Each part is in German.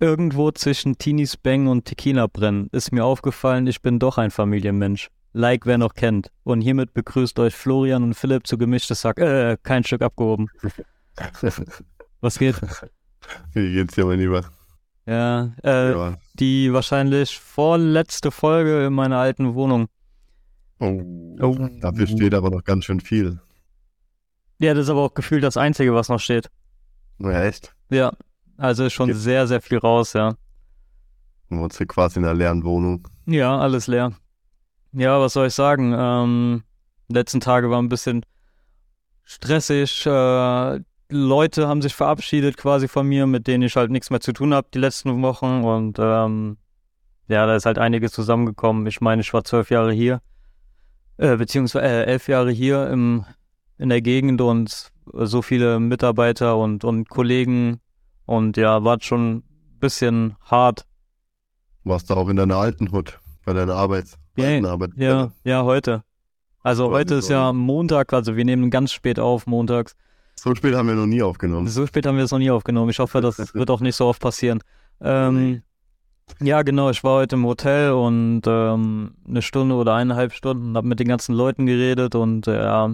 irgendwo zwischen Teenies Bang und Tequila brennen, ist mir aufgefallen, ich bin doch ein Familienmensch. Like, wer noch kennt. Und hiermit begrüßt euch Florian und Philipp zu Gemischtes Hack. Kein Stück abgehoben. Was geht? Wie geht's dir, mein Lieber? Ja, Ja. die wahrscheinlich vorletzte Folge in meiner alten Wohnung. Oh, dafür steht aber noch ganz schön viel. Ja, das ist aber auch gefühlt das Einzige, was noch steht. Ja, echt? Ja, also ist schon Gibt- sehr, sehr viel raus, ja. Wir sind hier quasi in einer leeren Wohnung. Ja, alles leer. Ja, was soll ich sagen? Letzten Tage war ein bisschen stressig. Leute haben sich verabschiedet quasi von mir, mit denen ich halt nichts mehr zu tun habe die letzten Wochen. Und ja, da ist halt einiges zusammengekommen. Ich meine, ich war 12 Jahre hier, beziehungsweise 11 Jahre hier in der Gegend und so viele Mitarbeiter und Kollegen. Und ja, war schon ein bisschen hart. Warst du auch in deiner alten Hut, bei deiner alten Arbeit? Ja, heute. Also Freut heute mich ist ja auch. Montag, also wir nehmen ganz spät auf, montags. So spät haben wir noch nie aufgenommen. So spät haben wir es noch nie aufgenommen. Ich hoffe, das wird auch nicht so oft passieren. Ja, genau, ich war heute im Hotel und 1 Stunde oder 1,5 Stunden, habe mit den ganzen Leuten geredet und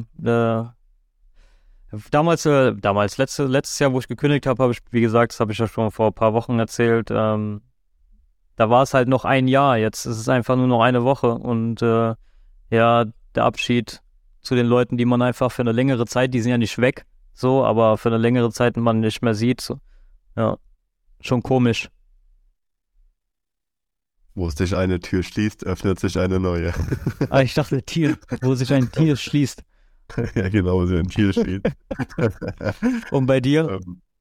letztes Jahr, wo ich gekündigt habe, wie gesagt, das habe ich ja schon vor ein paar Wochen erzählt, da war es halt noch ein Jahr, jetzt ist es einfach nur noch eine Woche und ja, der Abschied zu den Leuten, die man einfach für eine längere Zeit, die sind ja nicht weg, so, aber für eine längere Zeit man nicht mehr sieht, so, ja, schon komisch. Wo sich eine Tür schließt, öffnet sich eine neue. Ah, ich dachte, Tier, wo sich ein Tier schließt. Ja, genau, wo sie ein Tier steht. Und bei dir?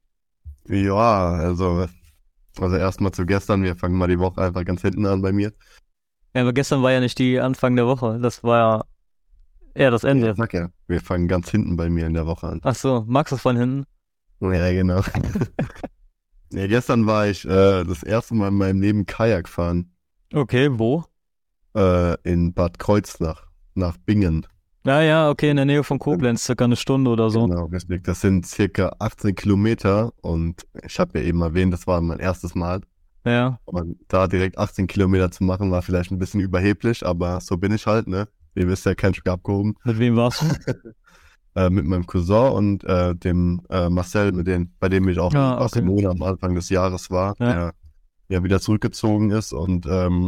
Ja, also erstmal zu gestern. Wir fangen mal die Woche einfach ganz hinten an bei mir. Ja, aber gestern war ja nicht die Anfang der Woche, das war ja eher das Ende. Sag ja, wir fangen ganz hinten bei mir in der Woche an. Ach so, magst du es von hinten? Ja, genau. Ja, gestern war ich das erste Mal in meinem Leben Kajak fahren. Okay, wo? In Bad Kreuznach, nach Bingen. Ja, okay, in der Nähe von Koblenz, circa 1 Stunde oder so. Genau, richtig. Das sind circa 18 Kilometer und ich habe ja eben erwähnt, das war mein erstes Mal. Ja, Und da direkt 18 Kilometer zu machen, war vielleicht ein bisschen überheblich, aber so bin ich halt, ne? Ihr wisst ja, kein Stück abgehoben. mit wem warst du? Mit meinem Cousin und dem Marcel, bei dem ich auch in Ah, okay. Barcelona am Anfang des Jahres war, Ja. der ja wieder zurückgezogen ist und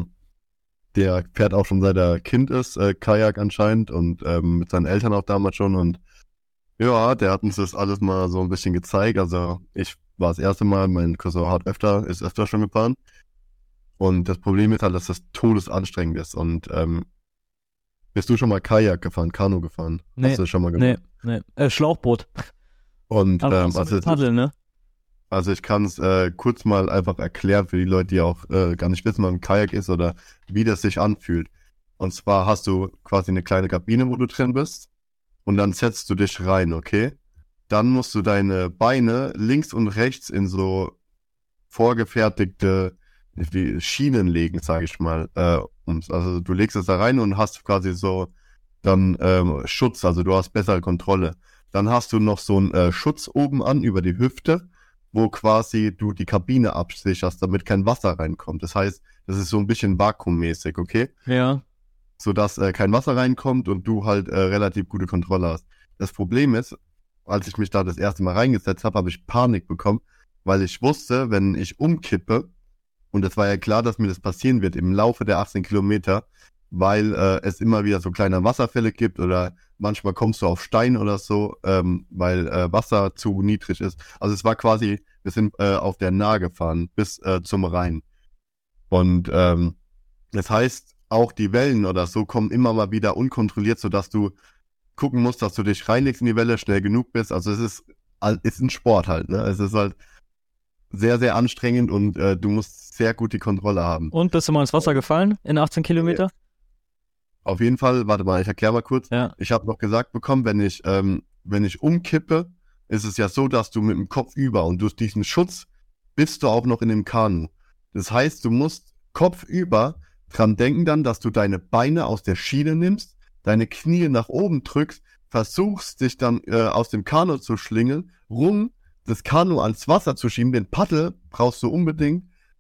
der fährt auch schon seit er Kind ist, Kajak anscheinend und mit seinen Eltern auch damals schon und ja, der hat uns das alles mal so ein bisschen gezeigt. Also ich war das erste Mal, mein Cousin ist öfter schon gefahren und das Problem ist halt, dass das todesanstrengend ist und bist du schon mal Kajak gefahren, Kanu gefahren? Nee, Hast du das schon mal gemacht? Nee. Schlauchboot. Und Aber was mit Paddel, ne? also ich kann es kurz mal einfach erklären für die Leute, die auch gar nicht wissen, was ein Kajak ist oder wie das sich anfühlt. Und zwar hast du quasi eine kleine Kabine, wo du drin bist und dann setzt du dich rein, okay? Dann musst du deine Beine links und rechts in so vorgefertigte wie Schienen legen, sage ich mal. Also du legst es da rein und hast quasi so dann Schutz, also du hast bessere Kontrolle. Dann hast du noch so einen Schutz oben an über die Hüfte, wo quasi du die Kabine absicherst, damit kein Wasser reinkommt. Das heißt, das ist so ein bisschen vakuummäßig, okay? Ja. Sodass kein Wasser reinkommt und du halt relativ gute Kontrolle hast. Das Problem ist, als ich mich da das erste Mal reingesetzt habe, habe ich Panik bekommen, weil ich wusste, wenn ich umkippe, und es war ja klar, dass mir das passieren wird im Laufe der 18 Kilometer, weil es immer wieder so kleine Wasserfälle gibt oder manchmal kommst du auf Stein oder so, weil Wasser zu niedrig ist. Also es war quasi, wir sind auf der Nahe gefahren bis zum Rhein. Und das heißt, auch die Wellen oder so kommen immer mal wieder unkontrolliert, sodass du gucken musst, dass du dich reinlegst in die Welle, schnell genug bist. Also es ist ein Sport halt, ne? Es ist halt sehr, sehr anstrengend und du musst sehr gut die Kontrolle haben. Und bist du mal ins Wasser gefallen in 18 Kilometer? Auf jeden Fall, warte mal, ich erkläre mal kurz. Ja. Ich habe noch gesagt bekommen, wenn ich umkippe, ist es ja so, dass du mit dem Kopf über und durch diesen Schutz bist du auch noch in dem Kanu. Das heißt, du musst kopfüber dran denken dann, dass du deine Beine aus der Schiene nimmst, deine Knie nach oben drückst, versuchst dich dann aus dem Kanu zu schlingeln, das Kanu ans Wasser zu schieben, den Paddel brauchst du unbedingt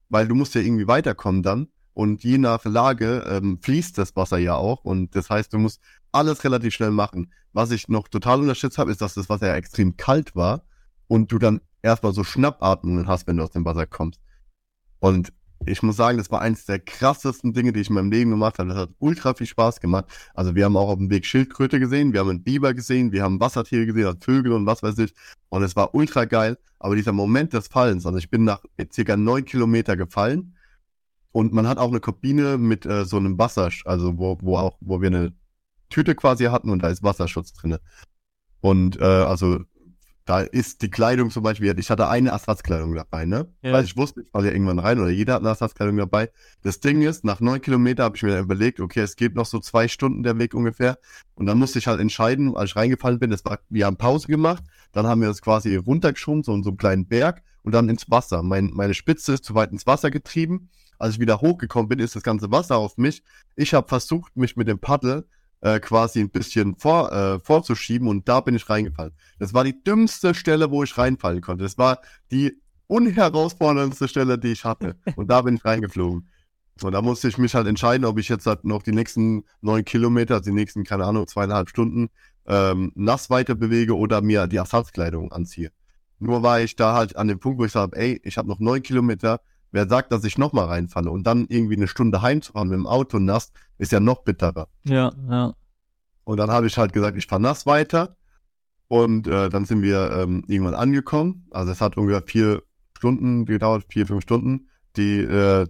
weil du musst ja irgendwie weiterkommen dann. Und je nach Lage fließt das Wasser ja auch. Und das heißt, du musst alles relativ schnell machen. Was ich noch total unterschätzt habe, ist, dass das Wasser ja extrem kalt war und du dann erstmal so Schnappatmungen hast, wenn du aus dem Wasser kommst. Und ich muss sagen, das war eins der krassesten Dinge, die ich in meinem Leben gemacht habe. Das hat ultra viel Spaß gemacht. Also wir haben auch auf dem Weg Schildkröte gesehen, wir haben einen Biber gesehen, wir haben Wassertiere gesehen, also Vögel und was weiß ich. Und es war ultra geil. Aber dieser Moment des Fallens, also ich bin nach circa 9 Kilometer gefallen und man hat auch eine Kabine mit so einem Wasser, also wo wir eine Tüte quasi hatten und da ist Wasserschutz drinne. Und also da ist die Kleidung zum Beispiel, ich hatte eine Ersatzkleidung dabei, ne? Ja. Weil ich wusste, ich falle ja irgendwann rein oder jeder hat eine Ersatzkleidung dabei. Das Ding ist, nach 9 Kilometer habe ich mir dann überlegt, okay, es geht noch so 2 Stunden der Weg ungefähr. Und dann musste ich halt entscheiden, als ich reingefallen bin, wir haben Pause gemacht, dann haben wir das quasi runtergeschoben, so in so einen kleinen Berg und dann ins Wasser. Meine Spitze ist zu weit ins Wasser getrieben. Als ich wieder hochgekommen bin, ist das ganze Wasser auf mich. Ich habe versucht, mich mit dem Paddel quasi ein bisschen vorzuschieben und da bin ich reingefallen. Das war die dümmste Stelle, wo ich reinfallen konnte. Das war die unherausforderndste Stelle, die ich hatte. Und da bin ich reingeflogen. Und da musste ich mich halt entscheiden, ob ich jetzt halt noch die nächsten 9 Kilometer, also die nächsten, keine Ahnung, 2,5 Stunden nass weiter bewege oder mir die Ersatzkleidung anziehe. Nur war ich da halt an dem Punkt, wo ich sage, ey, ich habe noch 9 Kilometer, wer sagt, dass ich nochmal reinfalle? Und dann irgendwie eine Stunde heimzufahren mit dem Auto nass, ist ja noch bitterer. Ja. Und dann habe ich halt gesagt, ich fahre nass weiter. Und dann sind wir irgendwann angekommen. Also es hat ungefähr 4 Stunden gedauert, 4, 5 Stunden, die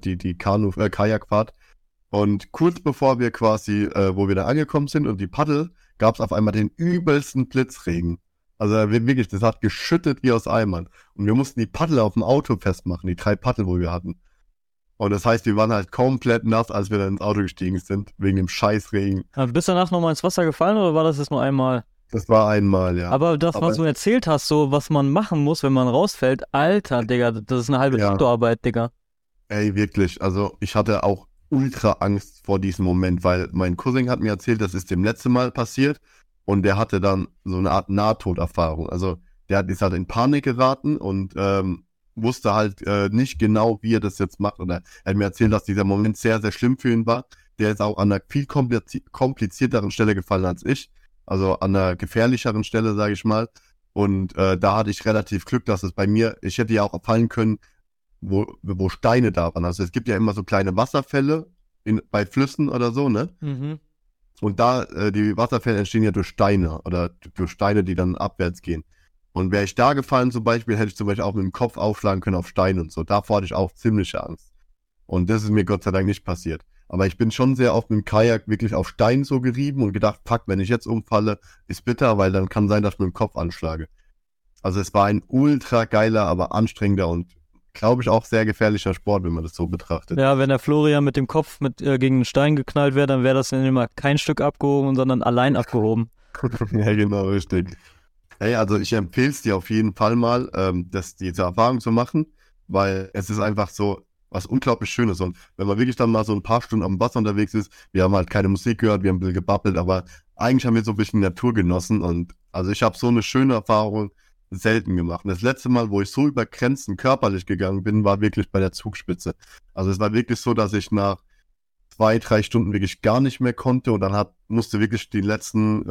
Kajakfahrt. Und kurz bevor wir quasi, wo wir da angekommen sind und die Paddel, gab es auf einmal den übelsten Blitzregen. Also wirklich, das hat geschüttet wie aus Eimern. Und wir mussten die Paddel auf dem Auto festmachen, die 3 Paddel, wo wir hatten. Und das heißt, wir waren halt komplett nass, als wir dann ins Auto gestiegen sind, wegen dem Scheißregen. Bist du danach nochmal ins Wasser gefallen oder war das jetzt nur einmal? Das war einmal, ja. Aber das, was du erzählt hast, so was man machen muss, wenn man rausfällt, Alter, Digga, das ist eine halbe Doktorarbeit, Digga. Ey, wirklich. Also ich hatte auch ultra Angst vor diesem Moment, weil mein Cousin hat mir erzählt, das ist dem letzten Mal passiert und der hatte dann so eine Art Nahtoderfahrung. Also der ist halt in Panik geraten und wusste halt nicht genau, wie er das jetzt macht. Oder er hat mir erzählt, dass dieser Moment sehr, sehr schlimm für ihn war. Der ist auch an einer viel komplizierteren Stelle gefallen als ich. Also an einer gefährlicheren Stelle, sage ich mal. Und da hatte ich relativ Glück, dass es bei mir, ich hätte ja auch fallen können, wo Steine da waren. Also es gibt ja immer so kleine Wasserfälle bei Flüssen oder so, ne? Mhm. Und da, die Wasserfälle entstehen ja durch Steine oder durch Steine, die dann abwärts gehen. Und wäre ich da gefallen zum Beispiel, hätte ich zum Beispiel auch mit dem Kopf aufschlagen können auf Steine und so. Davor hatte ich auch ziemliche Angst. Und das ist mir Gott sei Dank nicht passiert. Aber ich bin schon sehr oft mit dem Kajak wirklich auf Stein so gerieben und gedacht, fuck, wenn ich jetzt umfalle, ist bitter, weil dann kann sein, dass ich mit dem Kopf anschlage. Also es war ein ultra geiler, aber anstrengender und glaube ich auch sehr gefährlicher Sport, wenn man das so betrachtet. Ja, wenn der Florian mit dem Kopf gegen den Stein geknallt wäre, dann wäre das dann immer kein Stück abgehoben, sondern allein abgehoben. Ja, genau, richtig. Hey, also ich empfehle es dir auf jeden Fall mal, diese Erfahrung zu machen, weil es ist einfach so was unglaublich Schönes. Und wenn man wirklich dann mal so ein paar Stunden am Wasser unterwegs ist, wir haben halt keine Musik gehört, wir haben ein bisschen gebabbelt, aber eigentlich haben wir so ein bisschen Natur genossen. Und also ich habe so eine schöne Erfahrung selten gemacht. Und das letzte Mal, wo ich so über Grenzen körperlich gegangen bin, war wirklich bei der Zugspitze. Also es war wirklich so, dass ich nach 2, 3 Stunden wirklich gar nicht mehr konnte und dann musste wirklich die letzten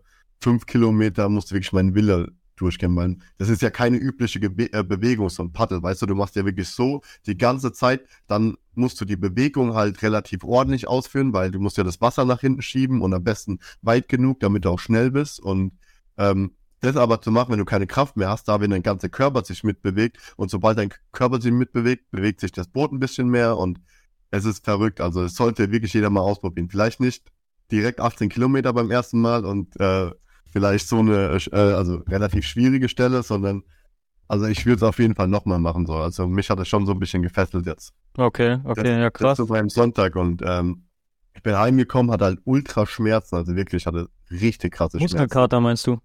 5 Kilometer musste wirklich mein Wille durchgehen, weil das ist ja keine übliche Bewegung, so ein Paddel, weißt du machst ja wirklich so die ganze Zeit, dann musst du die Bewegung halt relativ ordentlich ausführen, weil du musst ja das Wasser nach hinten schieben und am besten weit genug, damit du auch schnell bist und das aber zu machen, wenn du keine Kraft mehr hast, da wenn dein ganzer Körper sich mitbewegt und sobald dein Körper sich mitbewegt, bewegt sich das Boot ein bisschen mehr und es ist verrückt, also es sollte wirklich jeder mal ausprobieren, vielleicht nicht direkt 18 Kilometer beim ersten Mal und vielleicht so eine, also relativ schwierige Stelle, sondern, also ich würde es auf jeden Fall nochmal machen so. Also mich hat es schon so ein bisschen gefesselt jetzt. Okay, ja krass. Das war am Sonntag und ich bin heimgekommen, hatte halt ultra Schmerzen, also wirklich, hatte richtig krasse Schmerzen. Muskelkater meinst du?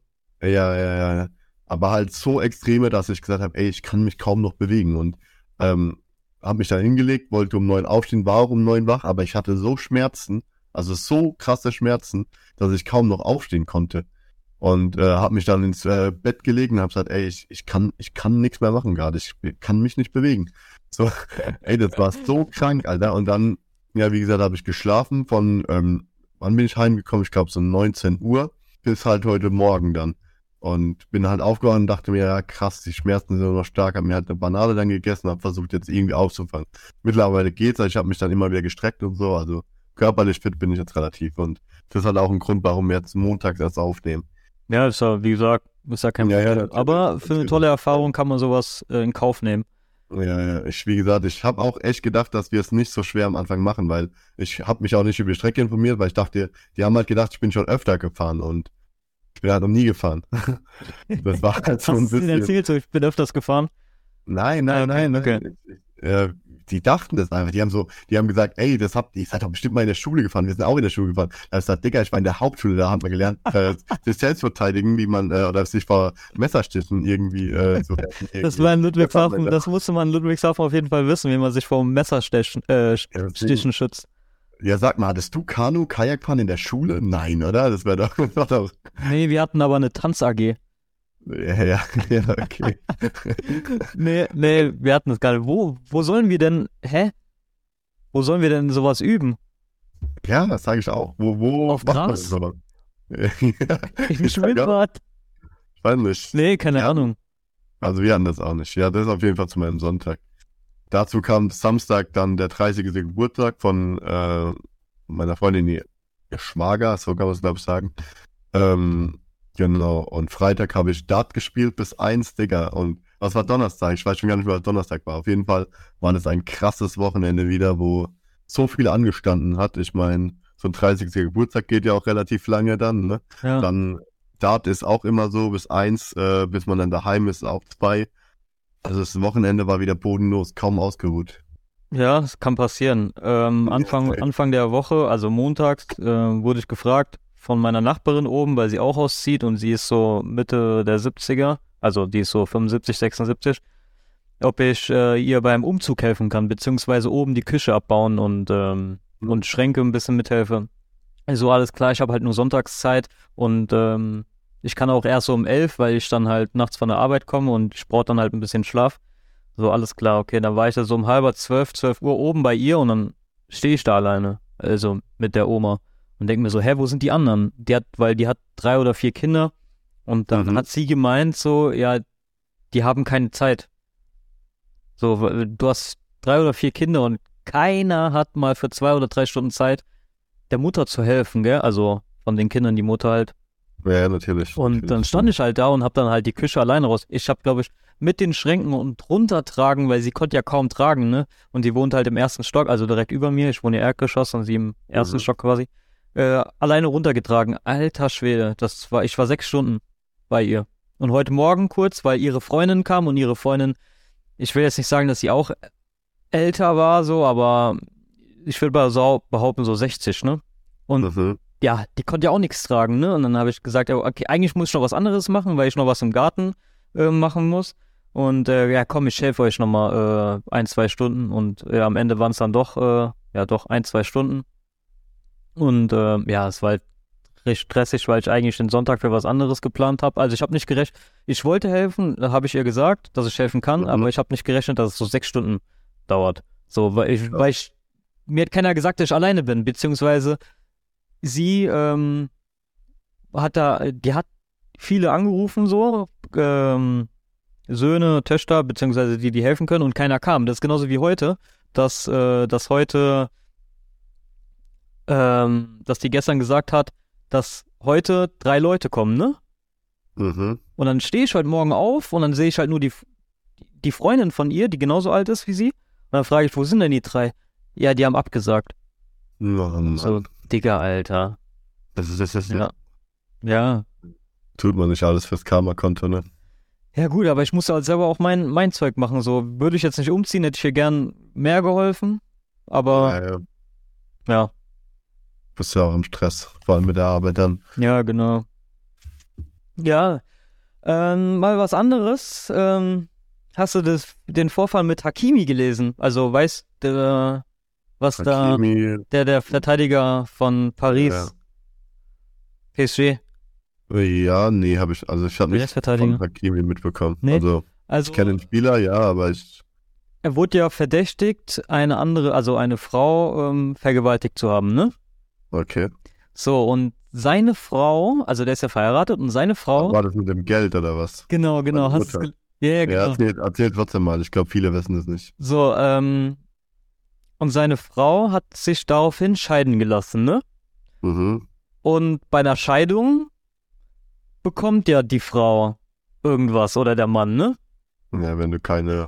Ja. Aber halt so extreme, dass ich gesagt habe, ey, ich kann mich kaum noch bewegen und habe mich da hingelegt, wollte um 9 aufstehen, war auch um 9 wach, aber ich hatte so Schmerzen, also so krasse Schmerzen, dass ich kaum noch aufstehen konnte. Und habe mich dann ins Bett gelegt und habe gesagt, ey, ich kann nichts mehr machen gerade. Ich kann mich nicht bewegen. So, ey, das war so krank, Alter. Und dann, ja, wie gesagt, habe ich geschlafen von, wann bin ich heimgekommen? Ich glaube so 19 Uhr bis halt heute Morgen dann. Und bin halt aufgewacht und dachte mir, ja krass, die Schmerzen sind noch stark. Hab mir halt eine Banane dann gegessen, habe versucht jetzt irgendwie aufzufangen. Mittlerweile geht's, also ich habe mich dann immer wieder gestreckt und so. Also körperlich fit bin ich jetzt relativ. Und das ist halt auch ein Grund, warum wir jetzt montags erst aufnehmen. Ja, ist ja, wie gesagt, ist ja kein Problem. Aber für eine tolle Erfahrung kann man sowas in Kauf nehmen. Ja, wie gesagt, ich habe auch echt gedacht, dass wir es nicht so schwer am Anfang machen, weil ich habe mich auch nicht über die Strecke informiert, weil ich dachte, die haben halt gedacht, ich bin schon öfter gefahren und ich bin halt noch nie gefahren. Das war halt so ein Hast du bisschen... dir erzählt, so, ich bin öfters gefahren? Nein. Okay. Die dachten das einfach. Die haben gesagt, ey, ihr seid doch bestimmt mal in der Schule gefahren. Wir sind auch in der Schule gefahren. Da hab ich gesagt, Digga, ich war in der Hauptschule, da haben wir gelernt, sich selbst verteidigen, wie man, oder sich vor Messerstichen irgendwie, so. Das war in Ludwigshafen, das musste man in Ludwigshafen auf jeden Fall wissen, wie man sich vor Messerstichen Stichen schützt. Ja, sag mal, hattest du Kanu-Kajakfahren in der Schule? Nein, oder? Das wäre doch... Nee, wir hatten aber eine Tanz-AG. Ja, okay. Nee, wir hatten das gar nicht. Wo sollen wir denn, Wo sollen wir denn sowas üben? Ja, das sage ich auch. Wo auf Gras? Im Schwimmbad? Ich weiß nicht. Nee, keine Ahnung. Also wir hatten das auch nicht. Ja, das ist auf jeden Fall zu meinem Sonntag. Dazu kam Samstag dann der 30. Geburtstag von meiner Freundin, ihr Schwager, so kann man es glaube ich sagen. Genau, und Freitag habe ich Dart gespielt bis 1, Digga. Und was war Donnerstag? Ich weiß schon gar nicht, was Donnerstag war. Auf jeden Fall war das ein krasses Wochenende wieder, wo so viel angestanden hat. Ich meine, so ein 30. Geburtstag geht ja auch relativ lange dann, ne? Ja. Dann Dart ist auch immer so bis 1, bis man dann daheim ist, auch 2. Also das Wochenende war wieder bodenlos, kaum ausgeruht. Ja, das kann passieren. Anfang der Woche, also montags, wurde ich gefragt von meiner Nachbarin oben, weil sie auch auszieht und sie ist so Mitte der 70er, also die ist so 75, 76, ob ich ihr beim Umzug helfen kann, beziehungsweise oben die Küche abbauen und Schränke ein bisschen mithelfe. Also alles klar, ich habe halt nur Sonntagszeit und ich kann auch erst so um 11, weil ich dann halt nachts von der Arbeit komme und ich brauche dann halt ein bisschen Schlaf. So, alles klar, okay, dann war ich da so um 11:30, 12 Uhr oben bei ihr und dann stehe ich da alleine, also mit der Oma und denke mir so, wo sind die anderen? Weil die hat 3 oder 4 Kinder und dann hat sie gemeint so, ja, die haben keine Zeit. So, du hast 3 oder 4 Kinder und keiner hat mal für 2 oder 3 Stunden Zeit, der Mutter zu helfen, gell? Also von den Kindern die Mutter halt. Ja, natürlich. Und dann stand ich halt da und hab dann halt die Küche alleine raus. Ich hab, glaube ich, mit den Schränken und runtertragen, weil sie konnte ja kaum tragen, ne? Und die wohnt halt im 1. Stock, also direkt über mir. Ich wohne im Erdgeschoss und sie im 1. Stock quasi. Alleine runtergetragen. Alter Schwede, ich war 6 Stunden bei ihr. Und heute Morgen kurz, weil ihre Freundin kam und ihre Freundin, ich will jetzt nicht sagen, dass sie auch älter war, so, aber ich würde behaupten, so 60, ne? Und ja, die konnte ja auch nichts tragen, ne? Und dann habe ich gesagt, okay, eigentlich muss ich noch was anderes machen, weil ich noch was im Garten machen muss. Und ja, komm, ich helfe euch nochmal 1, 2 Stunden. Und am Ende waren es dann doch 1, 2 Stunden. Und ja, es war halt recht stressig, weil ich eigentlich den Sonntag für was anderes geplant habe. Also ich habe nicht gerechnet, ich wollte helfen, da habe ich ihr gesagt, dass ich helfen kann, aber ich habe nicht gerechnet, dass es so 6 Stunden dauert. So, weil mir hat keiner gesagt, dass ich alleine bin, beziehungsweise sie hat viele angerufen, so, Söhne, Töchter, beziehungsweise die helfen können und keiner kam. Das ist genauso wie heute, dass die gestern gesagt hat, dass heute 3 Leute kommen, ne? Und dann stehe ich heute Morgen auf und dann sehe ich halt nur die Freundin von ihr, die genauso alt ist wie sie. Und dann frage ich, wo sind denn die 3? Ja, die haben abgesagt. So, Digga, Alter. Das ist ja. Ja. Tut man nicht alles fürs Karma-Konto, ne? Ja gut, aber ich musste halt selber auch mein Zeug machen. So, würde ich jetzt nicht umziehen, hätte ich ihr gern mehr geholfen. Aber ja. Bist ja auch im Stress, vor allem mit der Arbeit dann. Ja, genau. Ja, mal was anderes. Hast du den Vorfall mit Hakimi gelesen? Also weißt du, was Hakimi, der Verteidiger von Paris, PSG. Ja, nee, ich habe nichts von Rechtsverteidiger. Hakimi mitbekommen. Nee. Also, ich Also, kenne den Spieler, ja, aber er wurde ja verdächtigt, also eine Frau vergewaltigt zu haben, ne? okay. So, und seine Frau, also der ist ja verheiratet und seine Frau, War das mit dem Geld oder was? genau, Seine hast du Mutter. es ja, ja, Ja, genau. erzählt trotzdem mal. Ich glaube, viele wissen das nicht. So, und seine Frau hat sich daraufhin scheiden gelassen, ne? Mhm. Und bei einer Scheidung bekommt ja die Frau irgendwas oder der Mann, ne? Ja, wenn du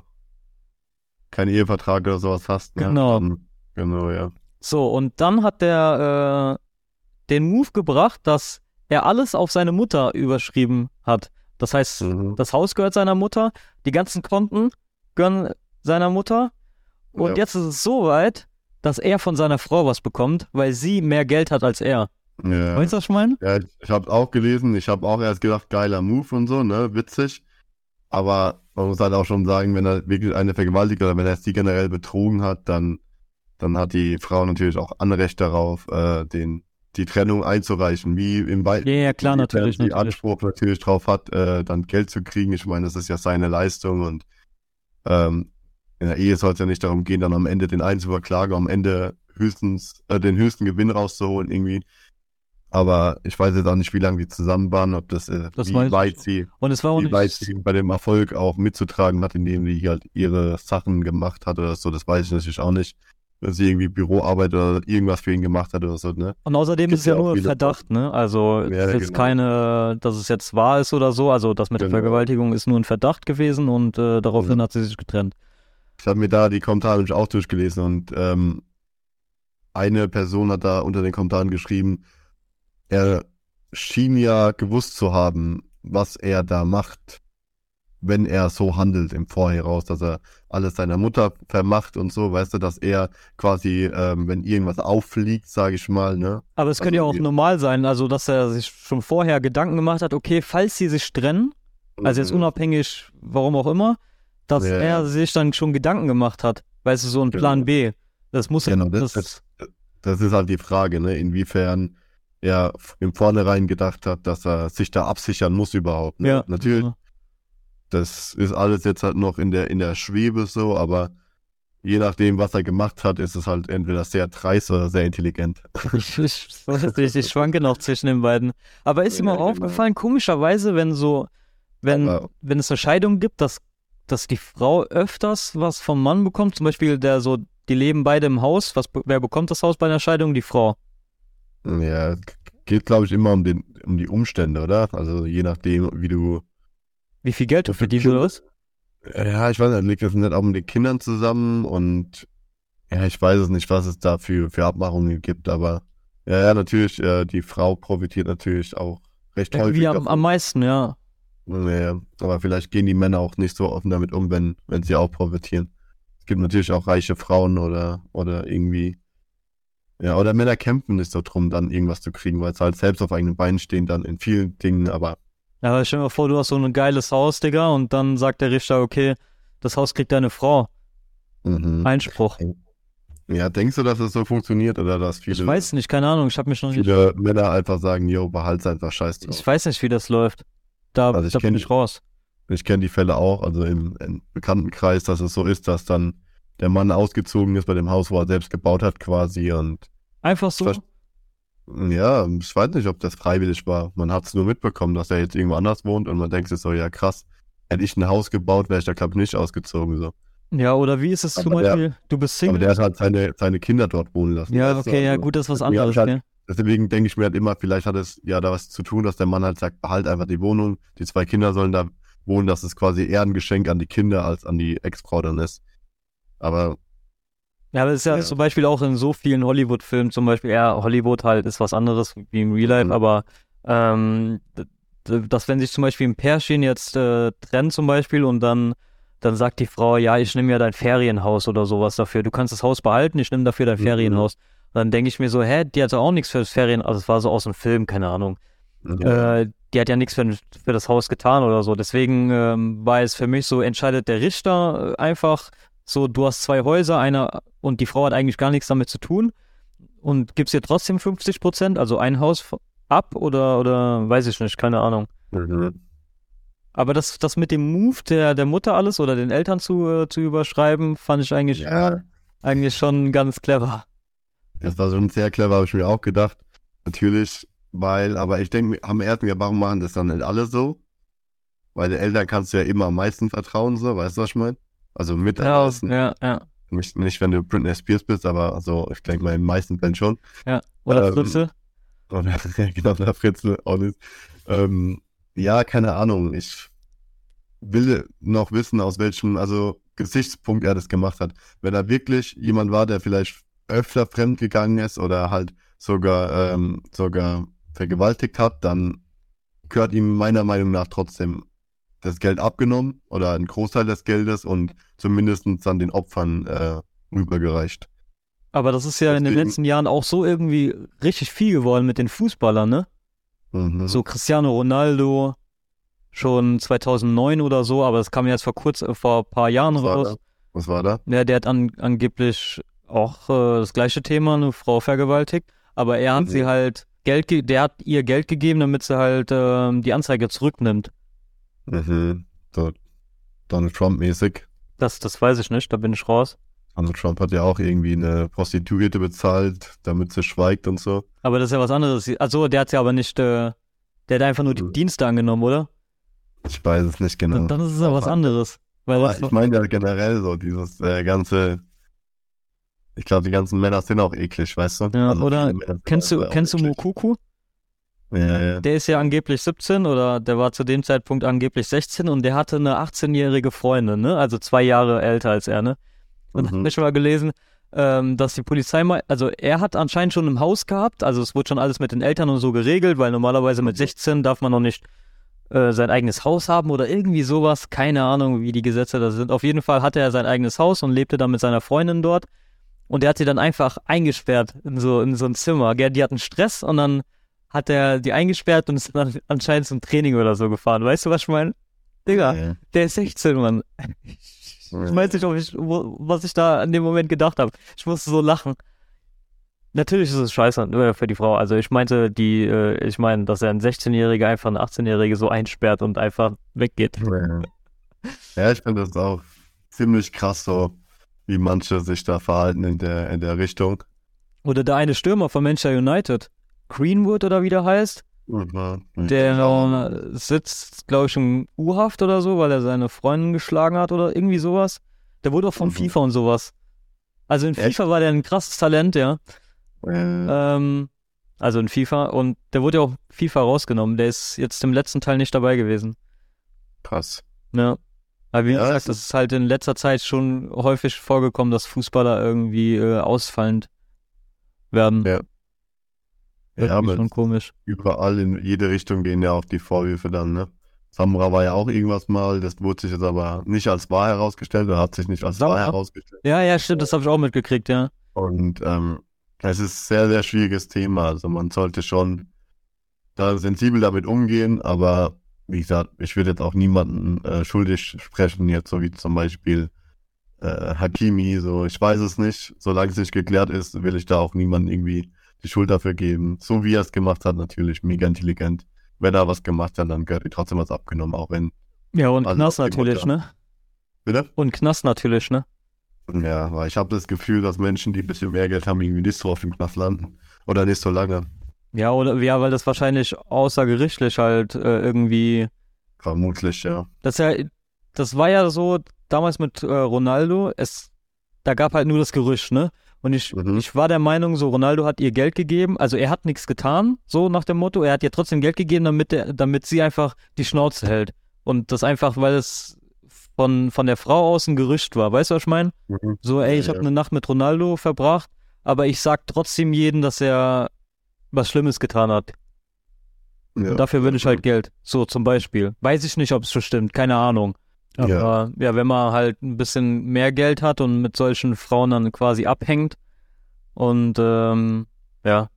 keinen Ehevertrag oder sowas hast, ne? Genau. Dann, genau, ja. So, und dann hat der den Move gebracht, dass er alles auf seine Mutter überschrieben hat. Das heißt, Mhm. das Haus gehört seiner Mutter, die ganzen Konten gehören seiner Mutter. Und Ja. jetzt ist es so weit, dass er von seiner Frau was bekommt, weil sie mehr Geld hat als er. Ja. Weißt du, was ich meine? Ja, ich habe auch gelesen, ich habe auch erst gedacht, geiler Move und so, ne, witzig. Aber man muss halt auch schon sagen, wenn er wirklich eine vergewaltigt oder wenn er sie generell betrogen hat, dann hat die Frau natürlich auch Anrecht darauf, die Trennung einzureichen, wie Ja, ja, klar, inwiefern natürlich, sie natürlich. Anspruch natürlich drauf hat, dann Geld zu kriegen. Ich meine, das ist ja seine Leistung und ähm, in der Ehe soll es ja nicht darum gehen, dann am Ende den einen zu verklagen, am Ende höchstens den höchsten Gewinn rauszuholen irgendwie. Aber ich weiß jetzt auch nicht, wie lange die zusammen waren, ob das, Das weiß wie ich weit nicht. sie, Und es war auch wie weit nicht, sie bei dem Erfolg auch mitzutragen hat, indem sie halt ihre Sachen gemacht hat oder so, das weiß ich natürlich auch nicht. Wenn sie irgendwie Büroarbeit oder irgendwas für ihn gemacht hat oder so, ne? und außerdem ist Gibt es ja ja auch nur viele Verdacht, ne? Also es Ja, ist jetzt genau. keine, dass es jetzt wahr ist oder so. Also das mit der Genau. Vergewaltigung ist nur ein Verdacht gewesen und daraufhin hat sie sich getrennt. Ich habe mir da die Kommentare nämlich auch durchgelesen und eine Person hat da unter den Kommentaren geschrieben, er schien ja gewusst zu haben, was er da macht, wenn er so handelt im Vorhieraus, dass er alles seiner Mutter vermacht und so, weißt du, dass er quasi, wenn irgendwas auffliegt, sage ich mal, ne? Aber es könnte ja Also auch wir- normal sein, also dass er sich schon vorher Gedanken gemacht hat, okay, falls sie sich trennen, also jetzt unabhängig, warum auch immer, dass Ja, er ja. sich dann schon Gedanken gemacht hat. Weißt du, so ein Plan Genau. B. Das muss ja, Genau, das ist halt die Frage, ne? Inwiefern er im Vornherein gedacht hat, dass er sich da absichern muss überhaupt. Ne? ja, Natürlich, ja. das ist alles jetzt halt noch in der Schwebe so, aber je nachdem, was er gemacht hat, ist es halt entweder sehr dreist oder sehr intelligent. Ich schwanke noch zwischen den beiden. Aber ist dir mal Ja, genau. aufgefallen, komischerweise, wenn Aber- wenn es eine Scheidung gibt, dass die Frau öfters was vom Mann bekommt, zum Beispiel die leben beide im Haus, wer bekommt das Haus bei einer Scheidung? Die Frau. Ja, es geht, glaube ich, immer um die Umstände, oder? Also je nachdem, Wie viel Geld du wie viel verdienst oder was? Ja, ich weiß nicht, liegt das nicht auch mit den Kindern zusammen und ja, ich weiß es nicht, was es da für Abmachungen gibt, aber ja, natürlich, die Frau profitiert natürlich auch recht häufig Irgendwie am davon. meisten, ja. Ja, aber vielleicht gehen die Männer auch nicht so offen damit um, wenn sie auch profitieren. Es gibt natürlich auch reiche Frauen oder irgendwie, ja, oder Männer kämpfen nicht so drum, dann irgendwas zu kriegen, weil sie halt selbst auf eigenen Beinen stehen, dann in vielen Dingen, aber Ja, aber stell dir mal vor, du hast so ein geiles Haus, Digga, und dann sagt der Richter, okay, das Haus kriegt deine Frau. Einspruch. Ja, denkst du, dass es so funktioniert oder dass Ich weiß nicht, keine Ahnung, ich habe mich noch nicht. viele Männer einfach sagen, yo, behalt's einfach scheiß drauf. Ich weiß nicht, wie das läuft. Da Also ich bin kenn- ich raus. Ich kenne die Fälle auch, also im Bekanntenkreis, dass es so ist, dass dann der Mann ausgezogen ist bei dem Haus, wo er selbst gebaut hat quasi und Einfach so. ja, ich weiß nicht, ob das freiwillig war. Man hat es nur mitbekommen, dass er jetzt irgendwo anders wohnt und man denkt sich so, ja krass, hätte ich ein Haus gebaut, wäre ich da glaube ich nicht ausgezogen so. Ja, oder wie ist es zum Aber der- Beispiel, du bist Aber Single? der hat halt seine Kinder dort wohnen lassen. Ja, weißt du? okay, ja Also, gut, das ist was deswegen hab anderes, ich halt, gell? Deswegen denke ich mir halt immer, vielleicht hat es ja da was zu tun, dass der Mann halt sagt, behalt einfach die Wohnung, die 2 Kinder sollen da wohnen, dass es quasi eher ein Geschenk an die Kinder als an die Ex-Frau dann ist. Aber Ja, aber das ist ja Ja. zum Beispiel auch in so vielen Hollywood-Filmen, zum Beispiel, ja, Hollywood halt ist was anderes wie im Real Life, Mhm. aber dass wenn sich zum Beispiel ein Pärchen jetzt trennt zum Beispiel und dann sagt die Frau, ja, ich nehme ja dein Ferienhaus oder sowas dafür, du kannst das Haus behalten, ich nehme dafür dein Mhm. Ferienhaus. Dann denke ich mir so, die hatte auch nichts für das also es war so aus dem Film, keine Ahnung. ja, Die hat ja nichts für das Haus getan oder so. Deswegen war es für mich so, entscheidet der Richter einfach so, du hast 2 Häuser, einer und die Frau hat eigentlich gar nichts damit zu tun und gibst ihr trotzdem 50%, also ein Haus ab oder weiß ich nicht, keine Ahnung. Mhm. Aber das mit dem Move der Mutter alles oder den Eltern zu überschreiben, fand ich Ja, eigentlich schon ganz clever. das war schon sehr clever, habe ich mir auch gedacht. Natürlich, aber ich denke, am ersten Jahr, warum machen das dann nicht alle so? Weil den Eltern kannst du ja immer am meisten vertrauen, so, weißt du, was ich meine? Also mit am Ja, meisten. ja. Nicht, wenn du Britney Spears bist, aber also, ich denke mal, in den meisten Fällen schon. Ja. Oder Ähm, Fritzl. Oder, genau, der Fritzl auch nicht. Ja, keine Ahnung. Ich will noch wissen, aus welchem, also Gesichtspunkt er das gemacht hat. Wenn er wirklich jemand war, der vielleicht öfter fremd gegangen ist oder halt sogar vergewaltigt hat, dann gehört ihm meiner Meinung nach trotzdem das Geld abgenommen oder ein Großteil des Geldes und zumindest dann den Opfern rübergereicht. Aber das ist ja in den Deswegen- letzten Jahren auch so irgendwie richtig viel geworden mit den Fußballern, ne? Mhm. So Cristiano Ronaldo schon 2009 oder so, aber das kam jetzt vor ein paar Jahren Was war raus. da? Was war da? Ja, der hat angeblich auch das gleiche Thema, eine Frau vergewaltigt, aber er hat Mhm. sie halt der hat ihr Geld gegeben, damit sie halt die Anzeige zurücknimmt. Mhm. So Donald Trump-mäßig. Das weiß ich nicht, da bin ich raus. Donald Trump hat ja auch irgendwie eine Prostituierte bezahlt, damit sie schweigt und so. Aber das ist ja was anderes. Also der hat ja aber nicht, der hat einfach nur die Mhm. Dienste angenommen, oder? Ich weiß es nicht genau. Dann ist es ja was anderes. Weil Aber ich meine ja generell so dieses ganze, ich glaube, die ganzen Männer sind auch eklig, weißt du? Ja, Also oder viele Männer sind kennst du auch eklig. Mokuku? Ja, ja. Der ist ja angeblich 17 oder der war zu dem Zeitpunkt angeblich 16 und der hatte eine 18-jährige Freundin, ne? Also 2 Jahre älter als er, ne? Und dann Mhm. habe ich mal gelesen, dass die Polizei mal, also er hat anscheinend schon im Haus gehabt, also es wurde schon alles mit den Eltern und so geregelt, weil normalerweise mit 16 darf man noch nicht sein eigenes Haus haben oder irgendwie sowas, keine Ahnung, wie die Gesetze da sind. Auf jeden Fall hatte er sein eigenes Haus und lebte dann mit seiner Freundin dort und der hat sie dann einfach eingesperrt in so ein Zimmer, gell? Die hatten Stress und dann hat er die eingesperrt und ist dann anscheinend zum Training oder so gefahren. Weißt du, was ich meine? Digga, Ja. der ist 16, Mann. Ich weiß nicht, was ich da an dem Moment gedacht habe. Ich musste so lachen. Natürlich ist es scheiße für die Frau. Also ich meinte, ich meine, dass er ein 16-Jähriger einfach eine 18-Jährige so einsperrt und einfach weggeht. Ja, ich finde das auch ziemlich krass so, wie manche sich da verhalten in der Richtung. Oder der eine Stürmer von Manchester United, Greenwood oder wie der heißt, Mhm. der sitzt, glaube ich, in U-Haft oder so, weil er seine Freundin geschlagen hat oder irgendwie sowas. Der wurde auch von Mhm. FIFA und sowas. Also in Echt? FIFA war der ein krasses Talent, ja. Äh, Also in FIFA und der wurde ja auch FIFA rausgenommen. Der ist jetzt im letzten Teil nicht dabei gewesen. krass. Ja. Aber wie Ja, gesagt, es das ist halt in letzter Zeit schon häufig vorgekommen, dass Fußballer irgendwie ausfallend werden. Ja. Ja, Irgendwie aber schon komisch. überall in jede Richtung gehen ja auch die Vorwürfe dann, ne? Samra war ja auch irgendwas mal, das wurde sich jetzt aber nicht als wahr herausgestellt oder hat sich nicht als wahr Samra? herausgestellt. Ja, stimmt, das habe ich auch mitgekriegt, ja. Und es ist ein sehr, sehr schwieriges Thema. Also man sollte schon da sensibel damit umgehen, aber wie gesagt, ich würde jetzt auch niemanden schuldig sprechen, jetzt so wie zum Beispiel Hakimi, so ich weiß es nicht. Solange es nicht geklärt ist, will ich da auch niemandem irgendwie die Schuld dafür geben. So wie er es gemacht hat, natürlich mega intelligent. Wenn er was gemacht hat, dann gehört ihm trotzdem was abgenommen, auch wenn. Ja, und Also Knast auf die natürlich, Mutter. ne? Bitte? Und Knast natürlich, ne? Ja, weil ich habe das Gefühl, dass Menschen, die ein bisschen mehr Geld haben, irgendwie nicht so auf dem Knast landen. Oder nicht so lange. Ja, weil das wahrscheinlich außergerichtlich halt irgendwie. Vermutlich, ja. Das war ja so damals mit Ronaldo, da gab halt nur das Gerücht, ne? Und ich war der Meinung, so Ronaldo hat ihr Geld gegeben, also er hat nichts getan, so nach dem Motto, er hat ihr trotzdem Geld gegeben, damit sie einfach die Schnauze hält. Und das einfach, weil es von der Frau aus ein Gerücht war, weißt du, was ich meine? So, ey, ich habe eine Nacht mit Ronaldo verbracht, aber ich sag trotzdem jedem, dass er was Schlimmes getan hat. Ja. Und dafür will ich halt Geld. So zum Beispiel. Weiß ich nicht, ob es so stimmt, keine Ahnung. Aber ja, wenn man halt ein bisschen mehr Geld hat und mit solchen Frauen dann quasi abhängt und ja. Ja,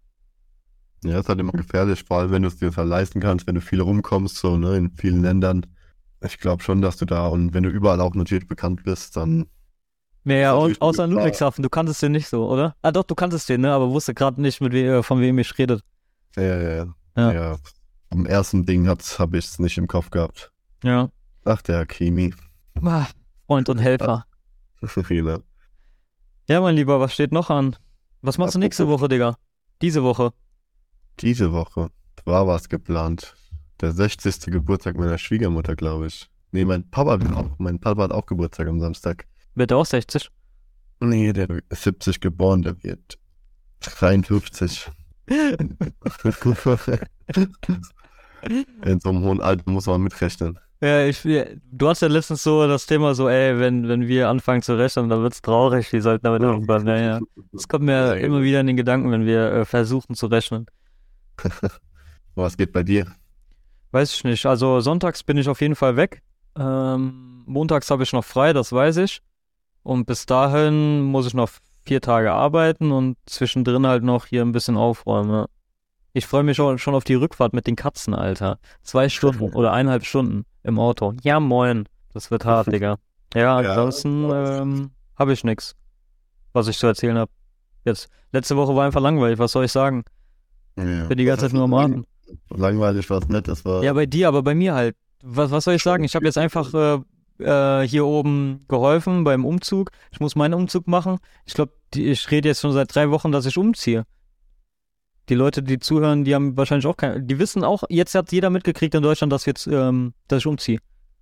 ist halt immer gefährlich, vor allem wenn du es dir halt leisten kannst, wenn du viel rumkommst, so, ne, in vielen Ländern. Ich glaube schon, dass du da, und wenn du überall auch natürlich bekannt bist, dann. Ja, und natürlich außer in eine Gefahr. Ludwigshafen, du kanntest den nicht so, oder? Ah doch, du kanntest den, ne, aber wusste gerade nicht, von wem ich rede. Ja. Ja. Ja, am ersten Ding habe ich es nicht im Kopf gehabt. Ja. Ach, der Kimi. Ah, Freund und Helfer. Genau. Ja, mein Lieber, was steht noch an? Was machst du nächste Woche, Digga? Diese Woche. Diese Woche war was geplant. Der 60. Geburtstag meiner Schwiegermutter, glaube ich. Nee, mein Papa hat auch Geburtstag am Samstag. Wird er auch 60? Nee, der ist 70 geboren, der wird 53. In so einem hohen Alter muss man mitrechnen. Ja, du hast ja letztens so das Thema so, ey, wenn wir anfangen zu rechnen, dann wird's traurig, die sollten damit aufhören. Ja, ja. Das kommt mir immer wieder in den Gedanken, wenn wir versuchen zu rechnen. Was geht bei dir? Weiß ich nicht. Also sonntags bin ich auf jeden Fall weg. Montags habe ich noch frei, das weiß ich. Und bis dahin muss ich noch 4 Tage arbeiten und zwischendrin halt noch hier ein bisschen aufräumen. Ja. Ich freue mich schon auf die Rückfahrt mit den Katzen, Alter. 2 Stunden oder 1,5 Stunden im Auto. Ja, moin. Das wird hart, Digga. Ja, ansonsten habe ich nix, was ich zu erzählen habe. Jetzt, letzte Woche war einfach langweilig, was soll ich sagen? Ja. Bin die ganze Zeit nur am Atmen. Langweilig war es nicht, das war... Ja, bei dir, aber bei mir halt. Was soll ich sagen? Ich habe jetzt einfach hier oben geholfen beim Umzug. Ich muss meinen Umzug machen. Ich glaube, ich rede jetzt schon seit 3 Wochen, dass ich umziehe. Die Leute, die zuhören, die haben wahrscheinlich auch keine... Die wissen auch, jetzt hat jeder mitgekriegt in Deutschland, dass ich umziehe.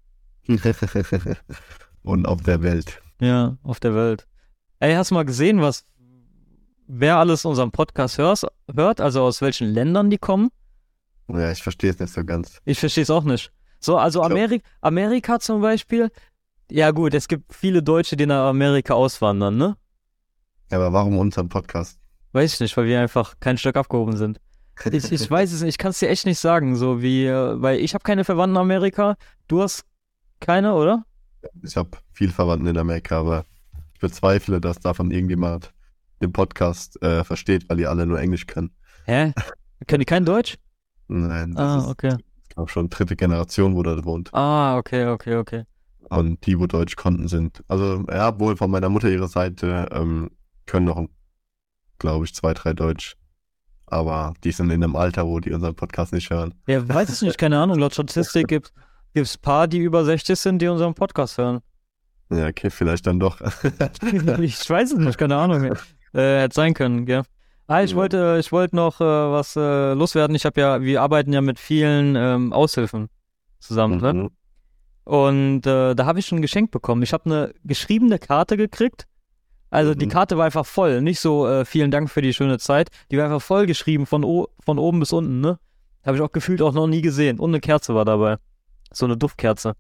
Und auf der Welt. Ja, auf der Welt. Ey, hast du mal gesehen, wer alles unseren Podcast hört? Also aus welchen Ländern die kommen? Ja, ich verstehe es nicht so ganz. Ich verstehe es auch nicht. So, also Amerika zum Beispiel. Ja gut, es gibt viele Deutsche, die nach Amerika auswandern, ne? Ja, aber warum unseren Podcast? Weiß ich nicht, weil wir einfach kein Stück abgehoben sind. Ich weiß es nicht, ich kann es dir echt nicht sagen, so wie, weil ich habe keine Verwandten in Amerika, du hast keine, oder? Ich habe viel Verwandten in Amerika, aber ich bezweifle, dass davon irgendjemand den Podcast versteht, weil die alle nur Englisch können. Hä? Können die kein Deutsch? Nein, das ist, okay. ich glaube schon 3. Generation, wo da wohnt. Okay. Und die, wo Deutsch konnten, sind, also ja, wohl von meiner Mutter ihre Seite, können noch, glaube ich, 2, 3 Deutsch. Aber die sind in einem Alter, wo die unseren Podcast nicht hören. Ja, weiß ich nicht, keine Ahnung. Laut Statistik gibt's paar, die über 60 sind, die unseren Podcast hören. Ja, okay, vielleicht dann doch. Ich weiß es nicht, keine Ahnung. Hätte sein können, gell? Ich wollte noch was loswerden. Wir arbeiten ja mit vielen Aushilfen zusammen, ne? Und da habe ich ein Geschenk bekommen. Ich habe eine geschriebene Karte gekriegt. Also die Karte war einfach voll. Nicht so, vielen Dank für die schöne Zeit. Die war einfach voll geschrieben, von oben bis unten, ne? Habe ich auch gefühlt auch noch nie gesehen. Und eine Kerze war dabei. So eine Duftkerze.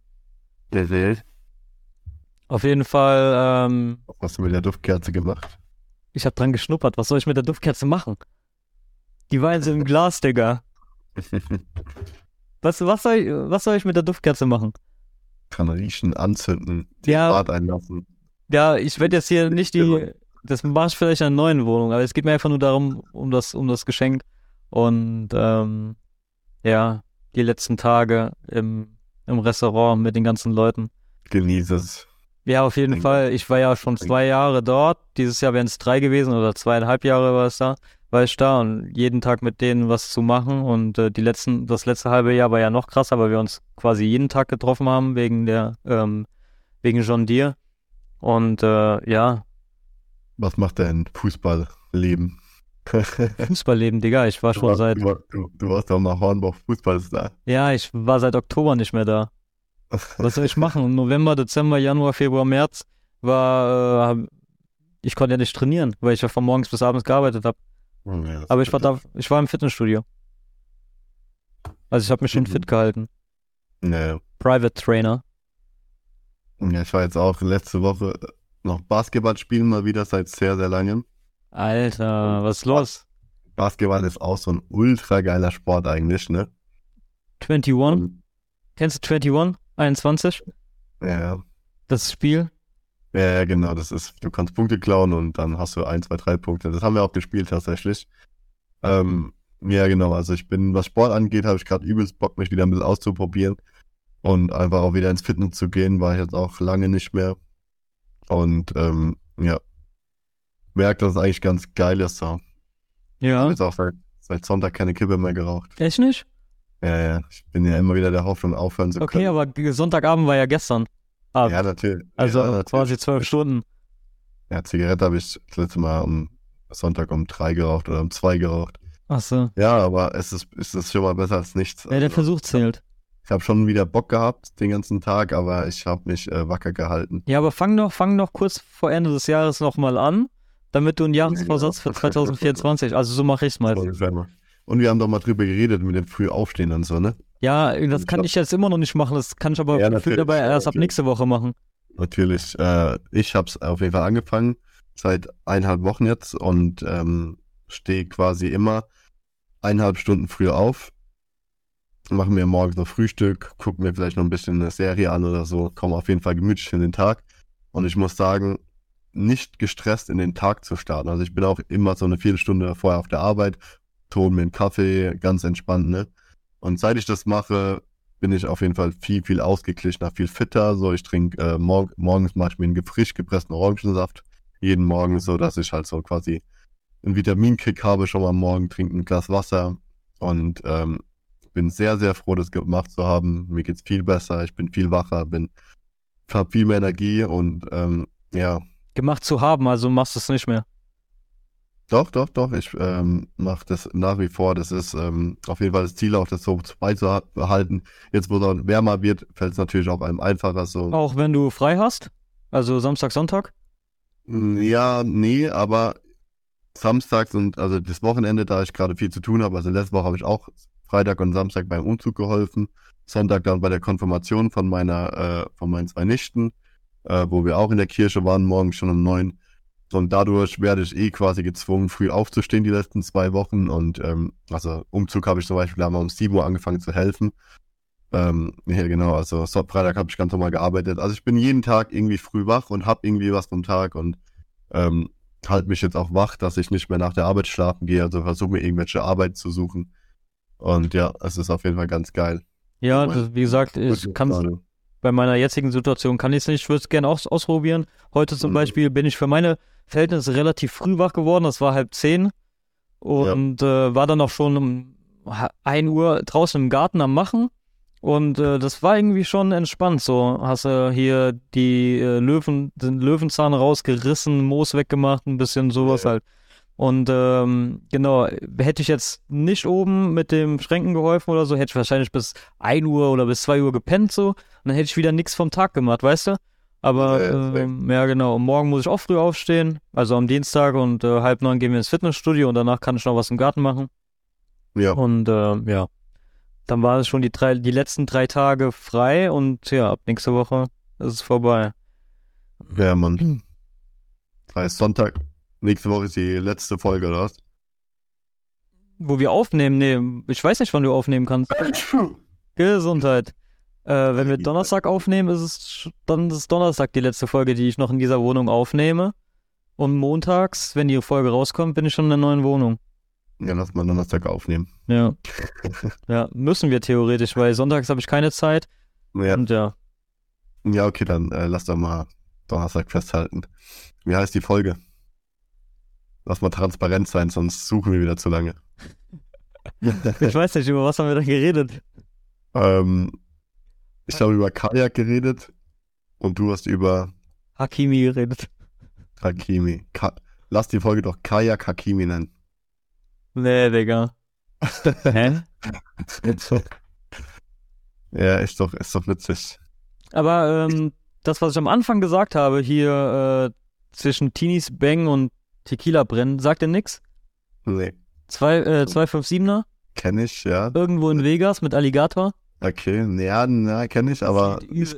Auf jeden Fall, Was hast du mit der Duftkerze gemacht? ich habe dran geschnuppert. Was soll ich mit der Duftkerze machen? Die war in so einem Glas, Digga. Was soll ich mit der Duftkerze machen? Kann riechen, anzünden, Ja. Bad einlassen. Ja, ich werde jetzt hier nicht das mache ich vielleicht in einer neuen Wohnung, aber es geht mir einfach nur darum, um das Geschenk. Und ja, die letzten Tage im Restaurant mit den ganzen Leuten. Genieße es. Ja, auf jeden Fall. Ich war ja schon 2 Jahre dort. Dieses Jahr wären es 3 gewesen oder 2,5 Jahre war ich da und jeden Tag mit denen was zu machen. Und das letzte halbe Jahr war ja noch krasser, weil wir uns quasi jeden Tag getroffen haben wegen John Deere. Und ja. Was macht dein Fußballleben? Fußballleben, Digga. Ich war schon seit... Du warst doch mal Hornbach-Fußballstar. Ja, ich war seit Oktober nicht mehr da. Was soll ich machen? November, Dezember, Januar, Februar, März ich konnte ja nicht trainieren, weil ich ja von morgens bis abends gearbeitet habe. Ja, aber ich war im Fitnessstudio. Also ich habe mich schon fit gehalten. Ja. Private Trainer. Ja, ich war jetzt auch letzte Woche noch Basketball spielen, mal wieder seit sehr, sehr langem. Alter, was ist los? Basketball ist auch so ein ultra geiler Sport eigentlich, ne? 21? Kennst du 21? 21? Ja. Das Spiel? Ja, genau, das ist, du kannst Punkte klauen und dann hast du 1, 2, 3 Punkte. Das haben wir auch gespielt tatsächlich. Ja, genau, also was Sport angeht, habe ich gerade übelst Bock, mich wieder ein bisschen auszuprobieren und einfach auch wieder ins Fitness zu gehen, war ich jetzt auch lange nicht mehr. Und ja, merke, dass es eigentlich ganz geil ist. So. Ja. Jetzt auch seit seit Sonntag keine Kippe mehr geraucht. Echt nicht? Ja. Ich bin ja immer wieder der Hoffnung, aufhören zu können. Okay, aber Sonntagabend war ja gestern Abend. Ja, natürlich. Also ja, natürlich. quasi 12 Stunden. Ja, Zigarette habe ich das letzte Mal Sonntag um 3 geraucht oder um 2 geraucht. Ach so. Ja, aber es ist schon mal besser als nichts. Ja, der Versuch zählt. Ich habe schon wieder Bock gehabt den ganzen Tag, aber ich habe mich wacker gehalten. Ja, aber fang doch kurz vor Ende des Jahres nochmal an, damit du einen Jahresvorsatz für 2024, also so mache ich es mal. Und wir haben doch mal drüber geredet mit dem Frühaufstehen und so, ne? Ja, das kann ich jetzt immer noch nicht machen, das kann ich aber dabei erst ab nächste Woche machen. Natürlich. Ich habe es auf jeden Fall angefangen, seit 1,5 Wochen jetzt und stehe quasi immer 1,5 Stunden früher auf, mache mir morgens noch Frühstück, gucke mir vielleicht noch ein bisschen eine Serie an oder so, komme auf jeden Fall gemütlich in den Tag. Und ich muss sagen, nicht gestresst in den Tag zu starten. Also ich bin auch immer so eine Viertelstunde vorher auf der Arbeit, hole mir einen Kaffee, ganz entspannt, ne? Und seit ich das mache, bin ich auf jeden Fall viel, viel ausgeglichener, viel fitter. So, ich trinke morgens mache ich mir einen frisch gepressten Orangensaft jeden Morgen, so dass ich halt so quasi einen Vitaminkick habe schon mal am Morgen, trinke ein Glas Wasser und bin sehr, sehr froh, das gemacht zu haben. Mir geht's viel besser, ich bin viel wacher, habe viel mehr Energie und ja. Gemacht zu haben, also machst du es nicht mehr. Doch. Ich mache das nach wie vor. Das ist auf jeden Fall das Ziel, auch das so beizubehalten. Jetzt, wo es wärmer wird, fällt es natürlich auch einem einfacher. So. Auch wenn du frei hast? Also Samstag, Sonntag? Ja, nee, aber samstags und also das Wochenende, da ich gerade viel zu tun habe, also letzte Woche habe ich auch Freitag und Samstag beim Umzug geholfen. Sonntag dann bei der Konfirmation von meinen 2 Nichten, wo wir auch in der Kirche waren, morgen schon um 9. Und dadurch werde ich quasi gezwungen, früh aufzustehen die letzten 2 Wochen. Und also Umzug habe ich zum Beispiel einmal um 7 Uhr angefangen zu helfen. Ja, genau, also Freitag habe ich ganz normal gearbeitet. Also ich bin jeden Tag irgendwie früh wach und habe irgendwie was vom Tag und halte mich jetzt auch wach, dass ich nicht mehr nach der Arbeit schlafen gehe. Also versuche mir irgendwelche Arbeit zu suchen. Und ja, es ist auf jeden Fall ganz geil. Ja, das, wie gesagt, ich kann bei meiner jetzigen Situation kann ich es nicht. Ich würde es gerne ausprobieren. Heute zum Beispiel bin ich für meine Verhältnisse relativ früh wach geworden. Das war 9:30 und war dann auch schon um 1 Uhr draußen im Garten am Machen. Und das war irgendwie schon entspannt. So hast du hier den Löwenzahn rausgerissen, Moos weggemacht, ein bisschen sowas halt. Und genau, hätte ich jetzt nicht oben mit dem Schränken geholfen oder so, hätte ich wahrscheinlich bis 1 Uhr oder bis 2 Uhr gepennt so. Und dann hätte ich wieder nichts vom Tag gemacht, weißt du? Aber ja genau, und morgen muss ich auch früh aufstehen, also am Dienstag und 8:30 gehen wir ins Fitnessstudio und danach kann ich noch was im Garten machen. Ja. Und ja, dann war es schon die letzten 3 Tage frei und ja, ab nächste Woche ist es vorbei. Ja, Mann. Heißt Sonntag, nächste Woche ist die letzte Folge, oder was? Wo wir aufnehmen, nee, ich weiß nicht, wann du aufnehmen kannst. Gesundheit. Wenn wir Donnerstag aufnehmen, dann ist Donnerstag die letzte Folge, die ich noch in dieser Wohnung aufnehme. Und montags, wenn die Folge rauskommt, bin ich schon in der neuen Wohnung. Ja, lass mal Donnerstag aufnehmen. Ja. Ja, müssen wir theoretisch, weil sonntags habe ich keine Zeit. Ja. Und ja. Ja, okay, dann lass doch mal Donnerstag festhalten. Wie heißt die Folge? Lass mal transparent sein, sonst suchen wir wieder zu lange. Ich weiß nicht, über was haben wir da geredet? Ich habe über Kajak geredet und du hast über Hakimi geredet. Hakimi. Lass die Folge doch Kajak Hakimi nennen. Nee, Digga. Hä? Ja, ist doch witzig. Aber das, was ich am Anfang gesagt habe, hier zwischen Teenies Bang und Tequila brennen, sagt dir nix? Nee. 257er? Kenn ich, ja. Irgendwo in Vegas mit Alligator? Okay, ja, kenn ich, aber ich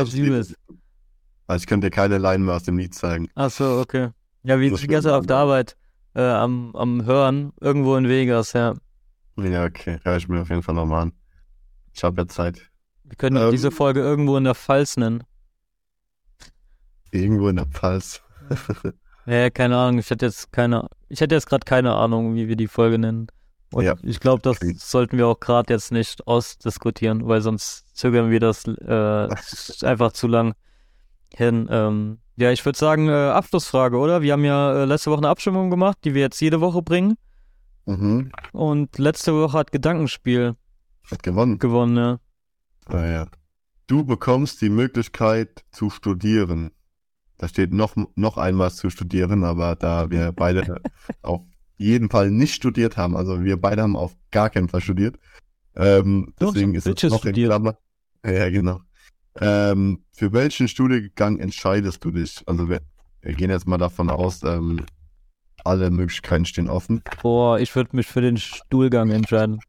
könnte dir keine Line mehr aus dem Lied zeigen. Ach so, okay. Ja, wie die ganze auf der Arbeit am Hören, irgendwo in Vegas, ja. Ja, okay, hör ich mir auf jeden Fall nochmal an. Ich habe ja Zeit. Wir können diese Folge irgendwo in der Pfalz nennen. Irgendwo in der Pfalz. Ja, keine Ahnung, ich hätte jetzt gerade keine Ahnung, wie wir die Folge nennen. Und ja, ich glaube, das sollten wir auch gerade jetzt nicht ausdiskutieren, weil sonst zögern wir das einfach zu lang hin. Ja, ich würde sagen, Abschlussfrage, oder? Wir haben ja letzte Woche eine Abstimmung gemacht, die wir jetzt jede Woche bringen. Mhm. Und letzte Woche hat Gedankenspiel Hat gewonnen. gewonnen, ja. Naja. Du bekommst die Möglichkeit zu studieren. Da steht noch einmal zu studieren, aber da wir beide auf jeden Fall nicht studiert haben, also wir beide haben auf gar keinen Fall studiert, deswegen ist es noch in Klammer. Ja, genau. Für welchen Studiengang entscheidest du dich? Also wir gehen jetzt mal davon aus, alle Möglichkeiten stehen offen. Boah, ich würde mich für den Stuhlgang entscheiden.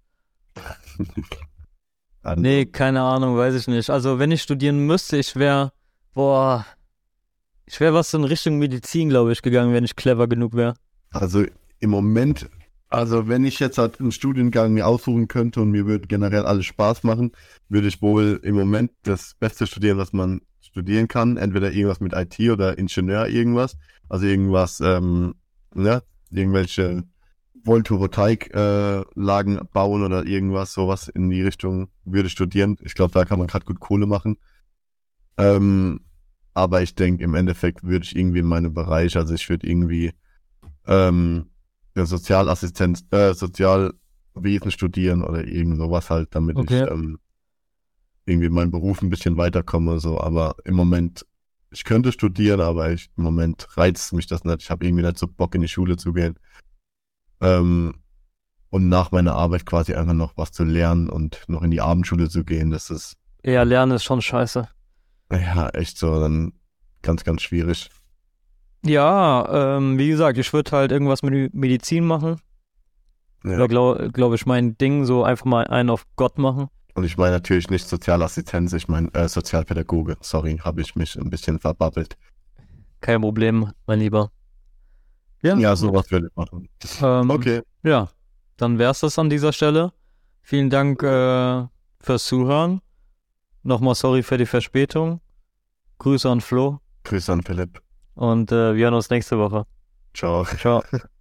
Also, Nee, keine Ahnung, weiß ich nicht. Also wenn ich studieren müsste, ich wäre was in Richtung Medizin, glaube ich, gegangen, wenn ich clever genug wäre. Also im Moment, also wenn ich jetzt halt einen Studiengang mir aussuchen könnte und mir würde generell alles Spaß machen, würde ich wohl im Moment das Beste studieren, was man studieren kann. Entweder irgendwas mit IT oder Ingenieur irgendwas. Also irgendwas, irgendwelche Voltaic-Lagen bauen oder irgendwas, sowas in die Richtung würde ich studieren. Ich glaube, da kann man gerade gut Kohle machen. Aber ich denke, im Endeffekt würde ich irgendwie in meinem Bereich, also ich würde irgendwie der Sozialwesen studieren oder irgend sowas halt, damit Okay. ich irgendwie in meinem Beruf ein bisschen weiterkomme, so. Aber im Moment, ich könnte studieren, aber im Moment reizt mich das nicht. Ich habe irgendwie nicht so Bock, in die Schule zu gehen. Und nach meiner Arbeit quasi einfach noch was zu lernen und noch in die Abendschule zu gehen, das ist Ja, Lernen ist schon scheiße. ja echt so dann ganz, ganz schwierig. Ja, wie gesagt, ich würde halt irgendwas mit Medizin machen. Ja. Oder glaub ich, mein Ding so einfach mal einen auf Gott machen. Und ich meine natürlich nicht Sozialassistenz, ich meine Sozialpädagoge. Sorry, habe ich mich ein bisschen verbabbelt. Kein Problem, mein Lieber. Ja, sowas würde ich machen. Okay. Ja, dann wär's das an dieser Stelle. Vielen Dank fürs Zuhören. Nochmal sorry für die Verspätung. Grüße an Flo Grüße an Philipp. und wir hören uns nächste Woche. Ciao. Ciao.